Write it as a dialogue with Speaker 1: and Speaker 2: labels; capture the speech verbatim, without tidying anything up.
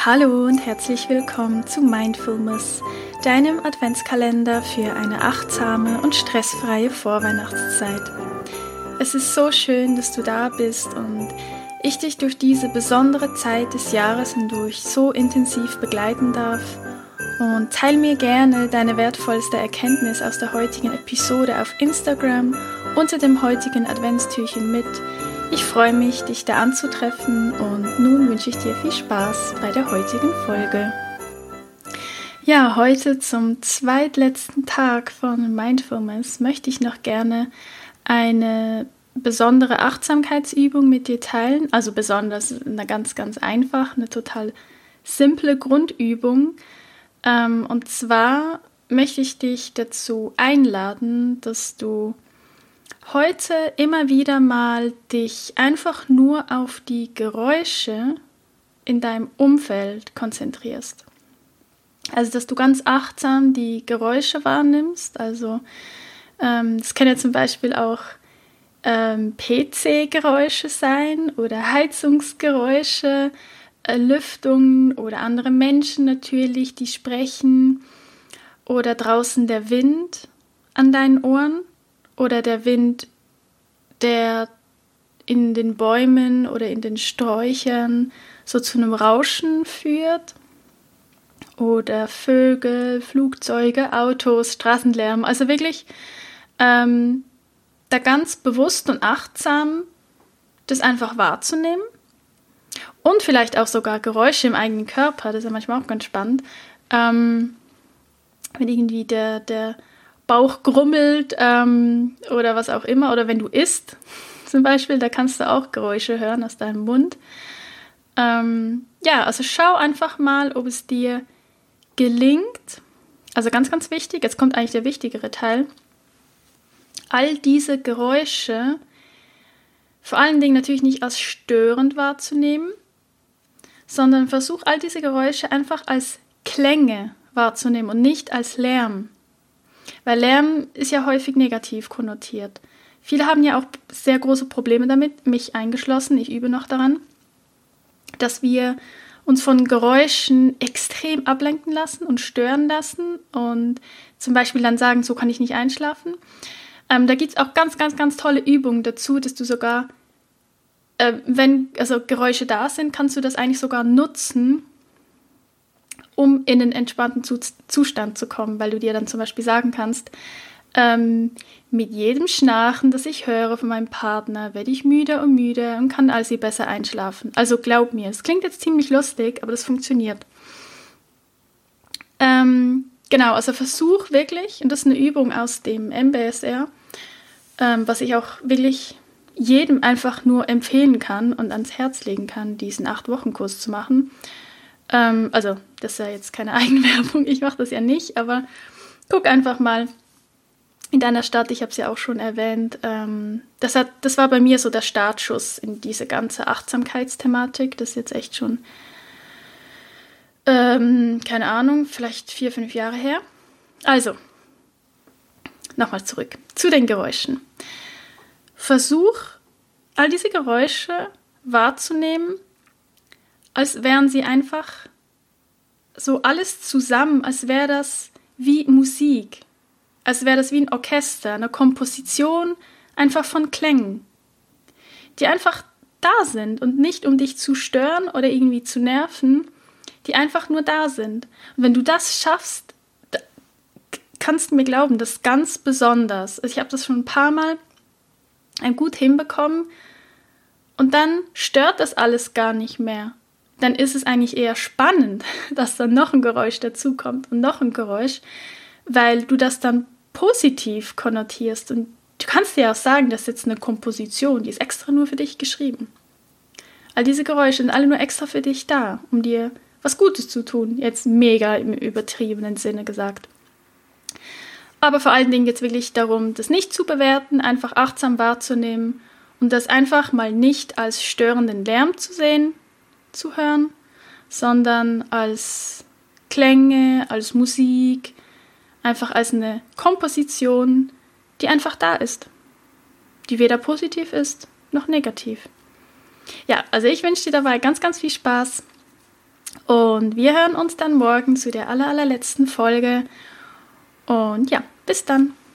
Speaker 1: Hallo und herzlich willkommen zu Mindfulness, deinem Adventskalender für eine achtsame und stressfreie Vorweihnachtszeit. Es ist so schön, dass du da bist und ich dich durch diese besondere Zeit des Jahres hindurch so intensiv begleiten darf. Und teile mir gerne deine wertvollste Erkenntnis aus der heutigen Episode auf Instagram unter dem heutigen Adventstürchen mit. Ich freue mich, dich da anzutreffen und nun wünsche ich dir viel Spaß bei der heutigen Folge. Ja, heute zum zweitletzten Tag von Mindfulness möchte ich noch gerne eine besondere Achtsamkeitsübung mit dir teilen. Also besonders, eine ganz, ganz einfach, eine total simple Grundübung. Ähm, und zwar möchte ich dich dazu einladen, dass du heute immer wieder mal dich einfach nur auf die Geräusche in deinem Umfeld konzentrierst. Also, dass du ganz achtsam die Geräusche wahrnimmst. Also, ähm, das können ja zum Beispiel auch ähm, P C-Geräusche sein oder Heizungsgeräusche, äh, Lüftung oder andere Menschen natürlich, die sprechen oder draußen der Wind an deinen Ohren. Oder der Wind, der in den Bäumen oder in den Sträuchern so zu einem Rauschen führt. Oder Vögel, Flugzeuge, Autos, Straßenlärm. Also wirklich ähm, da ganz bewusst und achtsam das einfach wahrzunehmen. Und vielleicht auch sogar Geräusche im eigenen Körper. Das ist ja manchmal auch ganz spannend. Ähm, wenn irgendwie der... der Bauch grummelt ähm, oder was auch immer. Oder wenn du isst zum Beispiel, da kannst du auch Geräusche hören aus deinem Mund. Ähm, ja, also schau einfach mal, ob es dir gelingt. Also ganz, ganz wichtig, jetzt kommt eigentlich der wichtigere Teil. All diese Geräusche vor allen Dingen natürlich nicht als störend wahrzunehmen, sondern versuch all diese Geräusche einfach als Klänge wahrzunehmen und nicht als Lärm. Weil Lärm ist ja häufig negativ konnotiert. Viele haben ja auch sehr große Probleme damit, mich eingeschlossen, ich übe noch daran, dass wir uns von Geräuschen extrem ablenken lassen und stören lassen und zum Beispiel dann sagen, so kann ich nicht einschlafen. Ähm, da gibt es auch ganz, ganz, ganz tolle Übungen dazu, dass du sogar, äh, wenn also Geräusche da sind, kannst du das eigentlich sogar nutzen, um in einen entspannten Zustand zu kommen, weil du dir dann zum Beispiel sagen kannst, ähm, mit jedem Schnarchen, das ich höre von meinem Partner, werde ich müde und müde und kann also besser einschlafen. Also glaub mir, es klingt jetzt ziemlich lustig, aber das funktioniert. Ähm, genau, also versuch wirklich, und das ist eine Übung aus dem M B S R, ähm, was ich auch wirklich jedem einfach nur empfehlen kann und ans Herz legen kann, diesen acht-Wochen-Kurs zu machen. Ähm, also, das ist ja jetzt keine Eigenwerbung, ich mache das ja nicht, aber guck einfach mal in deiner Stadt, ich habe es ja auch schon erwähnt, ähm, das, hat, das war bei mir so der Startschuss in diese ganze Achtsamkeitsthematik, das ist jetzt echt schon, ähm, keine Ahnung, vielleicht vier, fünf Jahre her. Also, nochmal zurück zu den Geräuschen. Versuch, all diese Geräusche wahrzunehmen, als wären sie einfach so alles zusammen, als wäre das wie Musik, als wäre das wie ein Orchester, eine Komposition einfach von Klängen, die einfach da sind und nicht um dich zu stören oder irgendwie zu nerven, die einfach nur da sind. Und wenn du das schaffst, da, kannst du mir glauben, das ist ganz besonders. Also ich habe das schon ein paar Mal gut hinbekommen und dann stört das alles gar nicht mehr. Dann ist es eigentlich eher spannend, dass dann noch ein Geräusch dazukommt und noch ein Geräusch, weil du das dann positiv konnotierst. Und du kannst dir auch sagen, das ist jetzt eine Komposition, die ist extra nur für dich geschrieben. All diese Geräusche sind alle nur extra für dich da, um dir was Gutes zu tun. Jetzt mega im übertriebenen Sinne gesagt. Aber vor allen Dingen geht es wirklich darum, das nicht zu bewerten, einfach achtsam wahrzunehmen und das einfach mal nicht als störenden Lärm zu sehen, zu hören, sondern als Klänge, als Musik, einfach als eine Komposition, die einfach da ist, die weder positiv ist noch negativ. Ja, also ich wünsche dir dabei ganz, ganz viel Spaß und Und wir hören uns dann morgen zu der aller, allerletzten Folge. Und ja, bis dann.